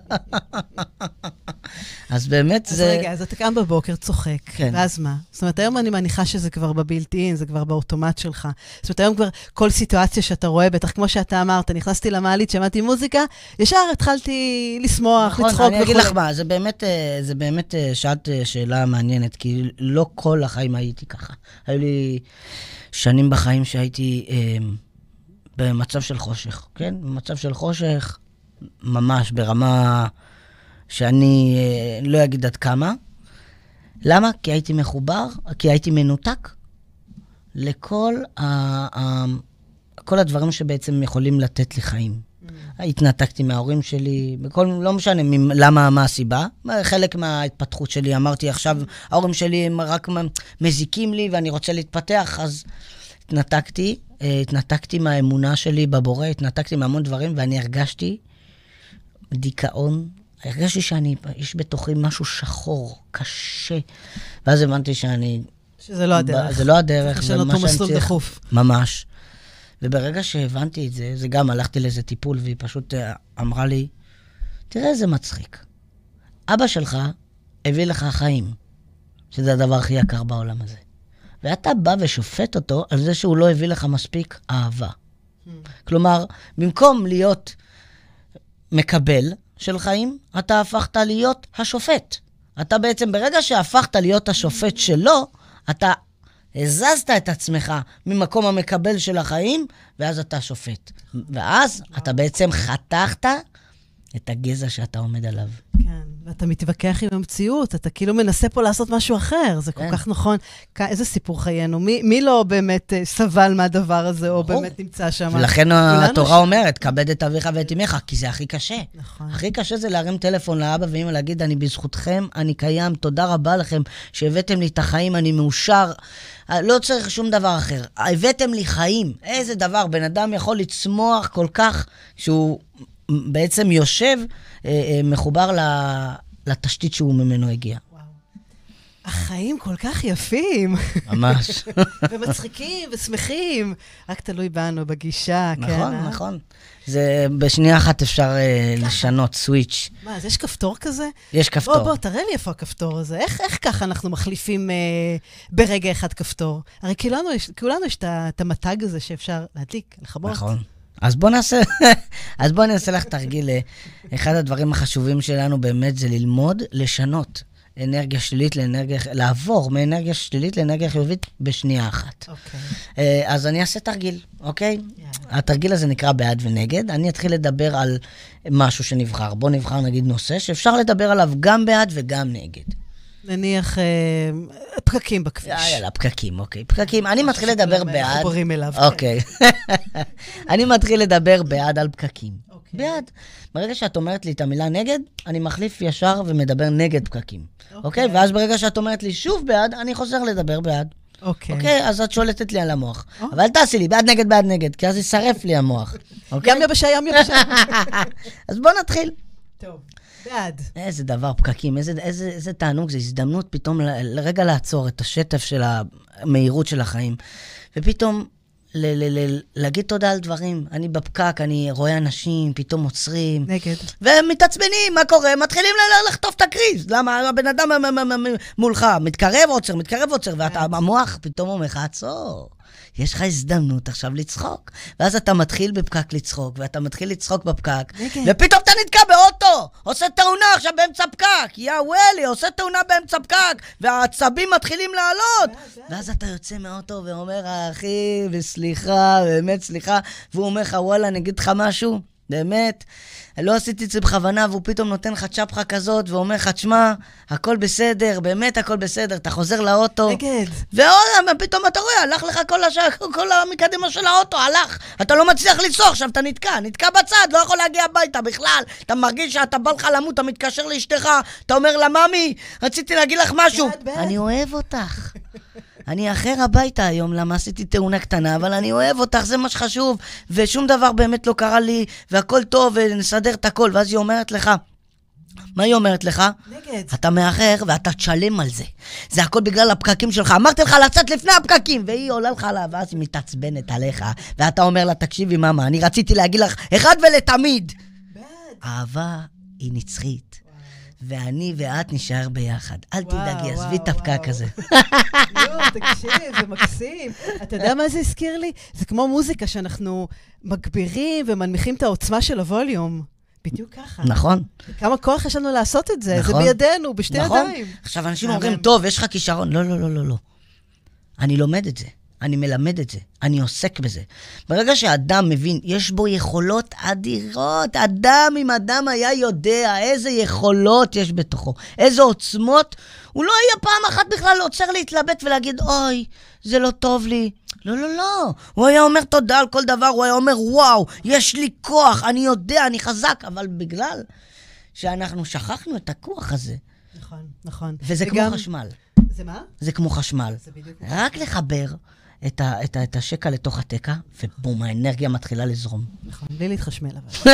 אז באמת אז זה... רגע, אז אתה קם בבוקר, צוחק, כן. ואז מה? זאת אומרת, היום אני מניחה שזה כבר בבילט-אין, זה כבר באוטומט שלך. זאת אומרת, היום כבר כל סיטואציה שאתה רואה, בטח כמו שאתה אמרת, נכנסתי למעלית, שמעתי מוזיקה, ישר התחלתי לשמוח, נכון, לצחוק. אני אגיד לך מה, זה באמת, זה באמת שעת שאלה מעניינת, כי לא כל החיים הייתי ככה. היו לי שנים בחיים שהייתי... במצב של חושך, כן? במצב של חושך, ממש ברמה שאני לא אגיד עד כמה. למה? כי הייתי מחובר, כי הייתי מנותק לכל ה... ה... כל הדברים שבעצם יכולים לתת לי חיים. Mm. התנתקתי מההורים שלי, בכל, לא משנה למה, מה הסיבה. חלק מההתפתחות שלי, אמרתי עכשיו, ההורים שלי הם רק מזיקים לי ואני רוצה להתפתח, אז התנתקתי, התנתקתי מהאמונה שלי בבורא, התנתקתי מהמון דברים, ואני הרגשתי דיכאון, הרגשתי שאני, יש בתוכי משהו שחור, קשה, ואז הבנתי שאני... שזה לא הדרך. זה לא הדרך. זה שנותו מסלול דחוף. ממש. וברגע שהבנתי את זה, זה גם הלכתי לאיזה טיפול, והיא פשוט אמרה לי, תראה איזה מצחיק. אבא שלך הביא לך חיים, שזה הדבר הכי יקר בעולם הזה. ואתה בא ושופט אותו על זה שהוא לא הביא לך מספיק אהבה. Hmm. כלומר, במקום להיות מקבל של חיים, אתה הפכת להיות השופט. אתה בעצם, ברגע שהפכת להיות השופט שלו, אתה הזזת את עצמך ממקום המקבל של החיים, ואז אתה שופט. ואז אתה בעצם חתכת את הגזע שאתה עומד עליו. כן, ואתה מתווכח עם המציאות, אתה כאילו מנסה פה לעשות משהו אחר, זה כל כך נכון. איזה סיפור חיינו, מי לא באמת סבל מהדבר הזה, או באמת נמצא שם? ולכן התורה אומרת, כבד את אביך ואת אמך, כי זה הכי קשה. נכון. הכי קשה זה להרים טלפון לאבא ואמא, להגיד, אני בזכותכם, אני קיים, תודה רבה לכם, שהבאתם לי את החיים, אני מאושר, לא צריך שום דבר אחר. הבאתם לי חיים, איזה דבר, בן אדם יכול לצמוח כל כך, שהוא בעצם יושב, מחובר לתשתית שהוא ממנו הגיע. החיים כל כך יפים. ממש. ומצחיקים ושמחים. רק תלוי בנו, בגישה. נכון, נכון. זה בשנייה אחת אפשר לשנות, סוויץ'. מה, אז יש כפתור כזה? יש כפתור. בוא, בוא, תראה לי איפה הכפתור הזה. איך ככה אנחנו מחליפים ברגע אחד כפתור? הרי כולנו יש את המתג הזה שאפשר להדליק, לחבות. נכון. אז בוא נעשה, אז בוא נעשה לך תרגיל. אחד הדברים החשובים שלנו באמת זה ללמוד, לשנות אנרגיה שלילית לאנרגיה, לעבור מאנרגיה שלילית לאנרגיה חיובית בשנייה אחת. אוקיי. אז אני אעשה תרגיל, אוקיי? התרגיל הזה נקרא בעד ונגד. אני אתחיל לדבר על משהו שנבחר. בוא נבחר נגיד נושא שאפשר לדבר עליו גם בעד וגם נגד. נניח פקקים בכביש. יאללה, פקקים, אוקיי. פקקים, אני מתחיל לדבר בעד. חוברים אליו. אוקיי. אני מתחיל לדבר בעד על פקקים. בעד. ברגע שאת אומרת לי את המילה נגד, אני מחליף ישר ומדבר נגד פקקים. אוקיי? ואז ברגע שאת אומרת לי שוב בעד, אני חוזר לדבר בעד. אוקיי. אוקיי? אז את שולטת לי על המוח. אבל תעשי לי, בעד נגד, בעד נגד, כי אז ישרף לי המוח. ים יבשה, ים יבשה. אז בוא נתחיל. טוב. בעד. איזה דבר פקקים, איזה, איזה, איזה תענוג, זו הזדמנות פתאום לרגע לעצור את השטף של המהירות של החיים. ופתאום ל- ל- ל- להגיד תודה על דברים. אני בפקק, אני רואה אנשים, פתאום עוצרים. נגד. ומתעצבנים, מה קורה? מתחילים לחטוף את הקריז. למה? הבן אדם מולך, מתקרב עוצר, מתקרב עוצר, והמוח פתאום אומר לך, עצור. יש לך הזדמנות עכשיו לצחוק. ואז אתה מתחיל בפקק לצחוק, ואתה מתחיל לצחוק בפקק, ופתאום אתה נתקע באוטו, עושה תאונה עכשיו באמצע פקק, יא וואלי, עושה תאונה באמצע פקק, והעצבים מתחילים לעלות. ואז אתה יוצא מהאוטו ואומר, אחי, וסליחה, באמת סליחה, והוא אומר לך, וואלה, אני אגיד לך משהו, באמת, לא עשיתי את זה בכוונה, והוא פתאום נותן לך צ'פחה כזאת, ואומר לך, תשמע, הכל בסדר, באמת הכל בסדר, אתה חוזר לאוטו. נגד. ועוד, פתאום אתה רואה, הלך לך כל, הש... כל המקדמה של האוטו, הלך. אתה לא מצליח לנסוע, עכשיו אתה נתקע, נתקע בצד, לא יכול להגיע הביתה בכלל. אתה מרגיש שאתה בא לך למות, אתה מתקשר לאשתך, אתה אומר לה, ממי, רציתי להגיד לך משהו. בד, בד. אני אוהב אותך. אני אחר הביתה היום, למה עשיתי תאונה קטנה, אבל אני אוהב אותך, זה מה שחשוב, ושום דבר באמת לא קרה לי, והכל טוב, ונסדר את הכל, ואז היא אומרת לך, מה היא אומרת לך? נגד. אתה מאחר ואתה תשלם על זה. זה הכל בגלל הפקקים שלך. אמרתי לך לצאת לפני הפקקים, והיא עולה לך עליו, ואז היא מתעצבנת עליך, ואתה אומר לה, תקשיבי מאמה, אני רציתי להגיד לך, אחד ולתמיד. בד. אהבה היא נצחית. ואני ואת נשאר ביחד. אל תדאגי, עזבי את הפקק הזה. יו, תקשיב, זה מקסים. אתה יודע מה זה הזכיר לי? זה כמו מוזיקה שאנחנו מגבירים ומנמיכים את העוצמה של הווליום. בדיוק ככה. נכון. כמה כוח יש לנו לעשות את זה? זה בידינו, בשתי ידיים. עכשיו אנשים אומרים, טוב, יש לך כישרון. לא, לא, לא, לא, לא. אני לומד את זה. אני מלמד את זה, אני עוסק בזה. ברגע שהאדם מבין, יש בו יכולות אדירות, אדם אם אדם היה יודע איזה יכולות יש בתוכו, איזה עוצמות, הוא לא היה פעם אחת בכלל עוצר להתלבט ולהגיד, אוי, זה לא טוב לי. לא, לא, לא. הוא היה אומר תודה על כל דבר, הוא היה אומר, וואו, יש לי כוח, אני יודע, אני חזק, אבל בגלל שאנחנו שכחנו את הכוח הזה. נכון, נכון. וזה כמו חשמל. זה מה? זה כמו חשמל. רק לחבר את, ה, את, ה, את השקע לתוך התקע, ובום, האנרגיה מתחילה לזרום. נכון, בלי להתחשמל אבל.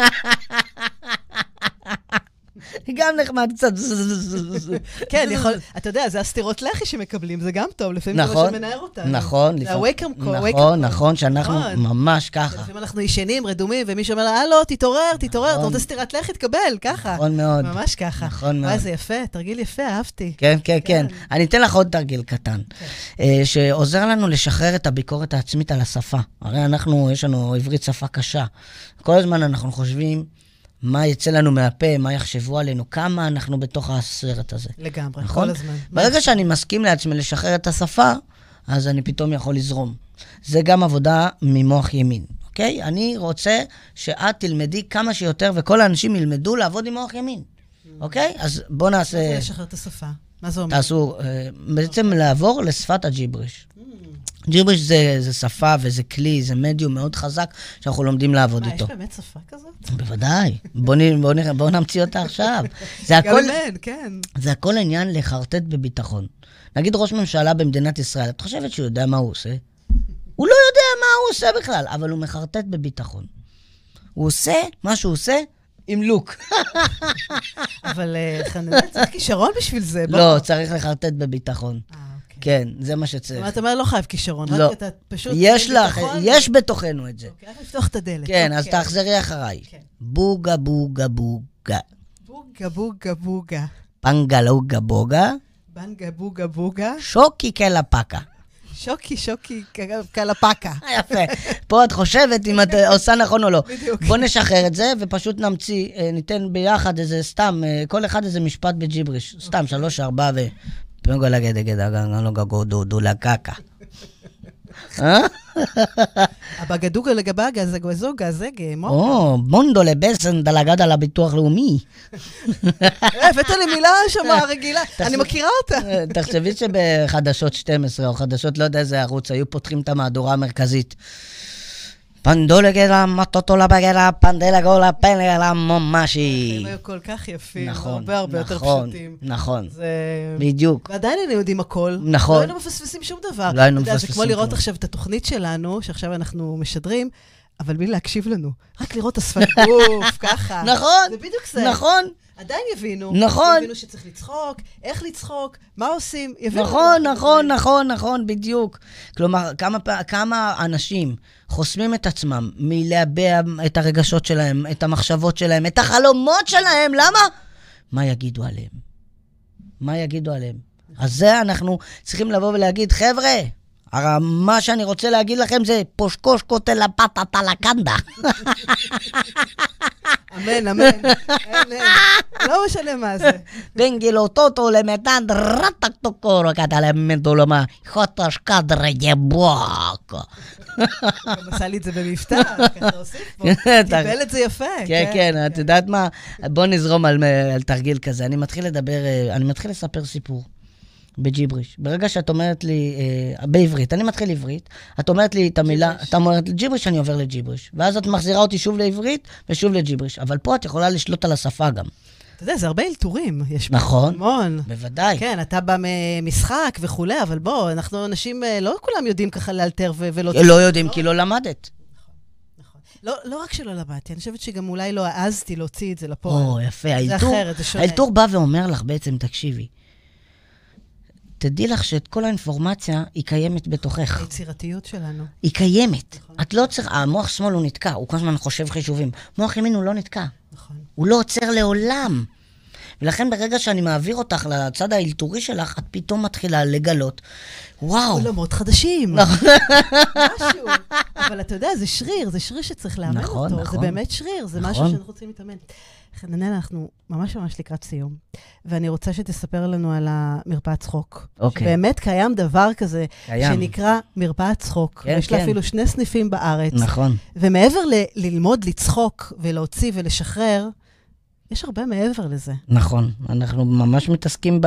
גם נחמד קצת. כן, יכול, אתה יודע, זה הסתירות לחי שמקבלים, זה גם טוב, לפעמים זה מה שמנער אותנו. נכון, זה ה-wake-up call. נכון, נכון, שאנחנו ממש ככה. לפעמים אנחנו ישנים, רדומים, ומישהו אומר, אה, לא, תתעורר, תתעורר, אתה רוצה סתירת לחי, תקבל, ככה. נכון מאוד. ממש ככה. נכון מאוד. וואי, זה יפה, תרגיל יפה, אהבתי. כן, כן, כן. אני אתן לך עוד תרגיל קטן, שעוזר לנו לשחרר את הביקורת העצמית על השפה. הרי אנחנו, יש לנו עברית שפה קשה. כל הזמן אנחנו חושבים, מה יצא לנו מהפה, מה יחשבו עלינו, כמה אנחנו בתוך הסרט הזה. לגמרי, נכון? כל הזמן. ברגע שאני מסכים לעצמי לשחרר את השפה, אז אני פתאום יכול לזרום. זה גם עבודה ממוח ימין, אוקיי? אני רוצה שאת תלמדי כמה שיותר, וכל האנשים ילמדו לעבוד עם מוח ימין, אוקיי? אז בוא נעשה... מה זה לשחרר את השפה? מה זה אומר? תעשו, בעצם לעבור לשפת הג'יבריש. ג'יבריש זה, זה שפה וזה כלי, זה מדיום מאוד חזק שאנחנו לומדים לעבוד מה, איתו. יש באמת שפה כזאת? בוודאי. בוא, בוא, בוא, בוא נמציא אותה עכשיו. זה הכל, גם אין, כן. זה הכל עניין לחרטט בביטחון. נגיד ראש ממשלה במדינת ישראל, את חושבת שהוא יודע מה הוא עושה? הוא לא יודע מה הוא עושה בכלל, אבל הוא מחרטט בביטחון. הוא עושה מה שהוא עושה עם לוק. אבל חננה, צריך כישרון בשביל זה. לא, צריך לחרטט בביטחון. כן, זה מה שצריך. זאת אומרת, לא חייב כישרון, לא. רק אתה פשוט... יש לך, יש בתוכנו את זה. אוקיי, רק לפתוח את הדלת. כן, אז תחזרי אחריי. בוגה בוגה בוגה. בוגה בוגה בוגה. פנגלוגה בוגה. בנגה בוגה בוגה. שוקי קלפקה. שוקי שוקי קלפקה. יפה. פה את חושבת אם את עושה נכון או לא. בדיוק. בוא נשחרר את זה ופשוט נמציא, ניתן ביחד איזה סתם, כל אחד איזה משפט בג'יבריש. סתם, שלוש, ארבע ו... פנגו לגדה גדה גנגו גגו דו דו לקקה. הבגדוגה לגבגה זה גוזוגה, זה גמור. או, בונדו לבסן דלגדה לביטוח לאומי. הבאת לי מילה שמה רגילה, אני מכירה אותה. תחשבי שבחדשות שתים עשרה או חדשות לא יודע איזה ערוץ, היו פותחים את המהדורה המרכזית. פנדולגלה, מטוטולה בגלה, פנדלגולה, פנדלגלה, ממשי. הם היו כל כך יפים, נכון, הרבה הרבה יותר נכון, פשוטים. נכון, זה... בדיוק. ועדיין היינו יודעים הכל. נכון. לא היינו מפספסים שום דבר. לא היינו אתה יודע, מפספסים זה כמו לראות כלום. עכשיו את התוכנית שלנו, שעכשיו אנחנו משדרים, אבל בלי להקשיב לנו. רק לראות את השפת גוף, ככה. נכון, זה בדיוק זה. נכון. עדיין יבינו. נכון. יבינו שצריך לצחוק, איך לצחוק, מה עושים. יבינו נכון, מה נכון, זה. נכון, נכון, בדיוק. כלומר, כמה, פ- כמה אנשים חוסמים את עצמם מלהביע את הרגשות שלהם, את המחשבות שלהם, את החלומות שלהם, למה? מה יגידו עליהם? מה יגידו עליהם? אז זה אנחנו צריכים לבוא ולהגיד, חבר'ה, הרי מה שאני רוצה להגיד לכם זה פושקוש קוטל לפטה טלקנדה. אמן, אמן. אין, אין. לא משנה מה זה. בנגילו טוטו למתן רטק טוקורו קטלמנטו למה חוטוש קדרה יבוק. גם עשה לי את זה במבטא, ככה הוסיף פה. קיבל את זה יפה. כן, כן, את יודעת מה? בוא נזרום על תרגיל כזה. אני מתחיל לדבר, אני מתחיל לספר סיפור. בג'יבריש. ברגע שאת אומרת לי, אה, בעברית, אני מתחיל עברית, את אומרת לי את המילה, אתה אומרת לג'יבריש, אני עובר לג'יבריש. ואז את מחזירה אותי שוב לעברית ושוב לג'יבריש. אבל פה את יכולה לשלוט על השפה גם. אתה יודע, זה הרבה אלתורים. יש נכון. המון. בוודאי. כן, אתה בא ממשחק וכולי, אבל בוא, אנחנו אנשים, לא כולם יודעים ככה לאלתר ו- ולא... לא יודעים כי לא למדת. נכון. לא, לא רק שלא למדתי, אני חושבת שגם אולי לא העזתי להוציא את זה לפועל. או, יפה. זה האלתור, אחרת, זה שונה. האלתור בא ואומר לך בעצם, תקשיבי, תדעי לך שאת כל האינפורמציה היא קיימת בתוכך. היצירתיות שלנו. היא קיימת. נכון. את לא צריך, המוח שמאל הוא נתקע, הוא כל הזמן חושב חישובים. מוח ימין הוא לא נתקע. נכון. הוא לא עוצר לעולם. ולכן ברגע שאני מעביר אותך לצד האלתורי שלך, את פתאום מתחילה לגלות. וואו. עולמות חדשים. נכון. משהו. אבל אתה יודע, זה שריר, זה שריר שצריך לאמן נכון, אותו. נכון. זה באמת שריר, זה נכון. משהו שאנחנו רוצים להתאמן. חננאל, אנחנו ממש ממש לקראת סיום, ואני רוצה שתספר לנו על המרפאת צחוק. אוקיי. שבאמת קיים דבר כזה, קיים. שנקרא מרפאת צחוק. כן, יש לה כן. אפילו שני סניפים בארץ. נכון. ומעבר ל- ללמוד לצחוק ולהוציא ולשחרר, יש הרבה מעבר לזה. נכון. אנחנו ממש מתעסקים ב...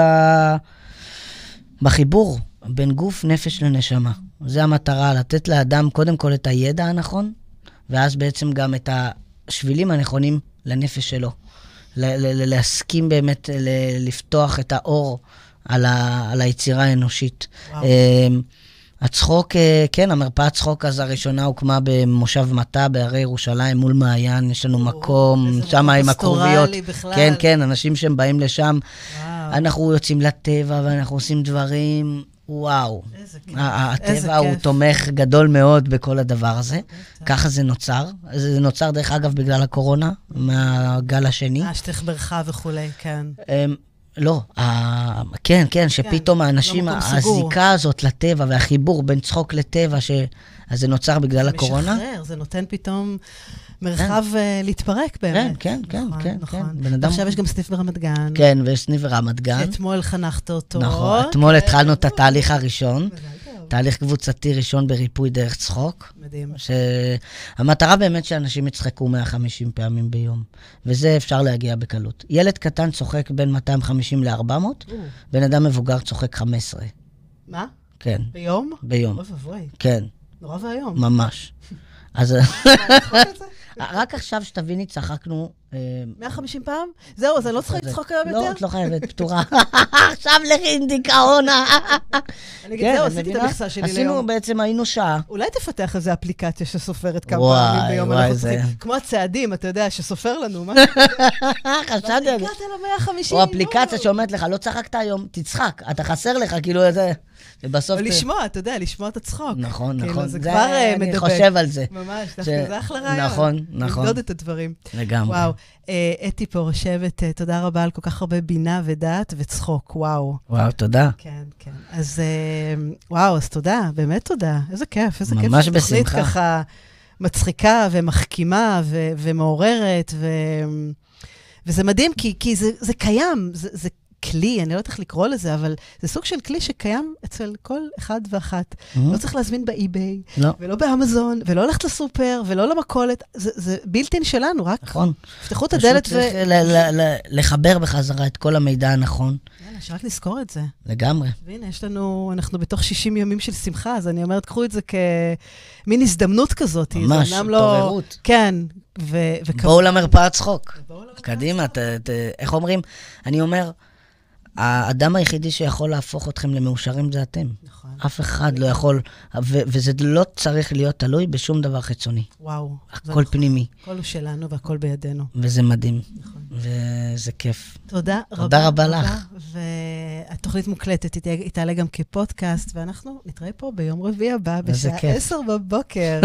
בחיבור בין גוף, נפש לנשמה. זה המטרה, לתת לאדם קודם כל את הידע הנכון, ואז בעצם גם את השבילים הנכונים לנפש שלו. ל- ל- להסכים באמת ל- לפתוח את האור על, ה- על היצירה האנושית. וואו. הצחוק, כן, המרפאת צחוק אז הראשונה הוקמה במושב מטה, בהרי ירושלים, מול מעיין, יש לנו מקום, שם עם הקרוביות. כן, כן, אנשים שהם באים לשם, וואו. אנחנו יוצאים לטבע ואנחנו עושים דברים, וואו. איזה כיף. הטבע הוא תומך גדול מאוד בכל הדבר הזה. ככה זה נוצר. זה נוצר דרך אגב בגלל הקורונה, מהגל השני. השטח ברכה וכולי, כן. לא, כן, כן, שפתאום האנשים, הזיקה הזאת לטבע והחיבור בין צחוק לטבע, אז זה נוצר בגלל הקורונה. זה משחרר, זה נותן פתאום מרחב להתפרק באמת. כן, כן, כן, כן. עכשיו יש גם סניף ברמת גן. כן, ויש סניף ברמת גן. אתמול חנכת אותו. נכון, אתמול התחלנו את התהליך הראשון. תהליך קבוצתי ראשון בריפוי דרך צחוק. מדהים. שהמטרה באמת שאנשים יצחקו מאה וחמישים פעמים ביום. וזה אפשר להגיע בקלות. ילד קטן צוחק בין מאתיים וחמישים ל-ארבע מאות, בן אדם מבוגר צוחק חמש עשרה. מה? כן. ביום? ביום. אוי ובוי. כן. נורא והיום. ממש. אז... רק עכשיו שתביני, צחקנו... מאה וחמישים פעם? זהו, אז אני לא צריכה לצחוק היום יותר? לא, את לא חייבת, פתורה. עכשיו לכי עם דיכאון. אני אגיד, זהו, עשיתי את המכסה שלי ליום. עשינו, בעצם היינו שעה. אולי תפתח איזו אפליקציה שסופרת כמה פעמים ביום. וואי, וואי, זה... כמו הצעדים, אתה יודע, שסופר לנו, מה? חשבתי על זה. והגעת ל-מאה וחמישים. או אפליקציה שאומרת לך, לא צחקת היום, תצחק. אתה חסר לך, כאילו, איזה... או לשמוע, אתה יודע, לשמוע את הצחוק. נכון, נכון. זה כבר מדבק. אני חושב על זה. ממש, זה אחלה רעיון. נכון, נכון. לבדוד את הדברים. לגמרי. וואו, אתי פורשבת, תודה רבה על כל כך הרבה בינה ודעת וצחוק, וואו. וואו, תודה. כן, כן. אז וואו, אז תודה, באמת תודה. איזה כיף, איזה כיף. ממש בשמחה. תוכנית ככה מצחיקה ומחכימה ומעוררת, וזה מדהים, כי זה קיים, זה כלי, אני לא יודעת איך לקרוא לזה, אבל זה סוג של כלי שקיים אצל כל אחד ואחת. לא צריך להזמין באי-ביי, ולא באמזון, ולא ללכת לסופר, ולא למכולת. זה בילטין שלנו, רק פתחו את הדלת ו... פשוט צריך לחבר בחזרה את כל המידע הנכון. יאללה, שרק לזכור את זה. לגמרי. והנה, יש לנו, אנחנו בתוך שישים ימים של שמחה, אז אני אומרת, קחו את זה כמין הזדמנות כזאת. ממש, התעוררות. כן. בואו למרפאת צחוק. קדימה, איך אומרים? אני אומר, האדם היחידי שיכול להפוך אתכם למאושרים זה אתם. נכון. אף אחד לא יכול, וזה לא צריך להיות תלוי בשום דבר חיצוני. וואו. הכל פנימי. הכל הוא שלנו והכל בידינו. וזה מדהים. נכון. וזה כיף. תודה רבה. תודה רבה לך. והתוכנית מוקלטת, היא תעלה גם כפודקאסט, ואנחנו נתראה פה ביום רביעי הבא, בשעה עשר בבוקר.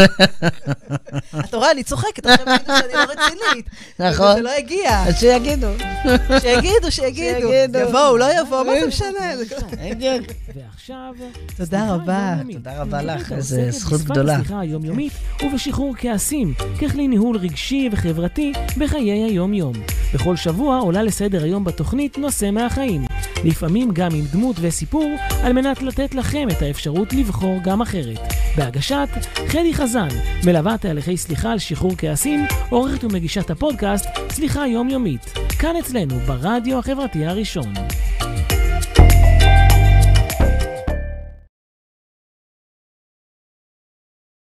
את רואה, אני צוחקת, עכשיו יגידו שאני לא רצינית. נכון. וזה לא הגיע. אז שיגידו. שיגידו, שיגידו. יבואו, לא יבואו, מה זה משנה? ועכשיו... תודה רבה. תודה רבה לך, איזו זכות גדולה. בשיחה היומיומית ובשחרור כעסים, ככלי ניהול רגשי וחברתי בחיי היום-יום. בכל שבוע עולה לסדר היום בתוכנית נושא מהחיים. לפעמים גם עם דמות וסיפור, על מנת לתת לכם את האפשרות לבחור גם אחרת. בהגשת חדי חזן, מלווה תהליכי סליחה על שחרור כעסים, עורכת ומגישת הפודקאסט סליחה יומיומית. כאן אצלנו ברדיו החברתי הראשון.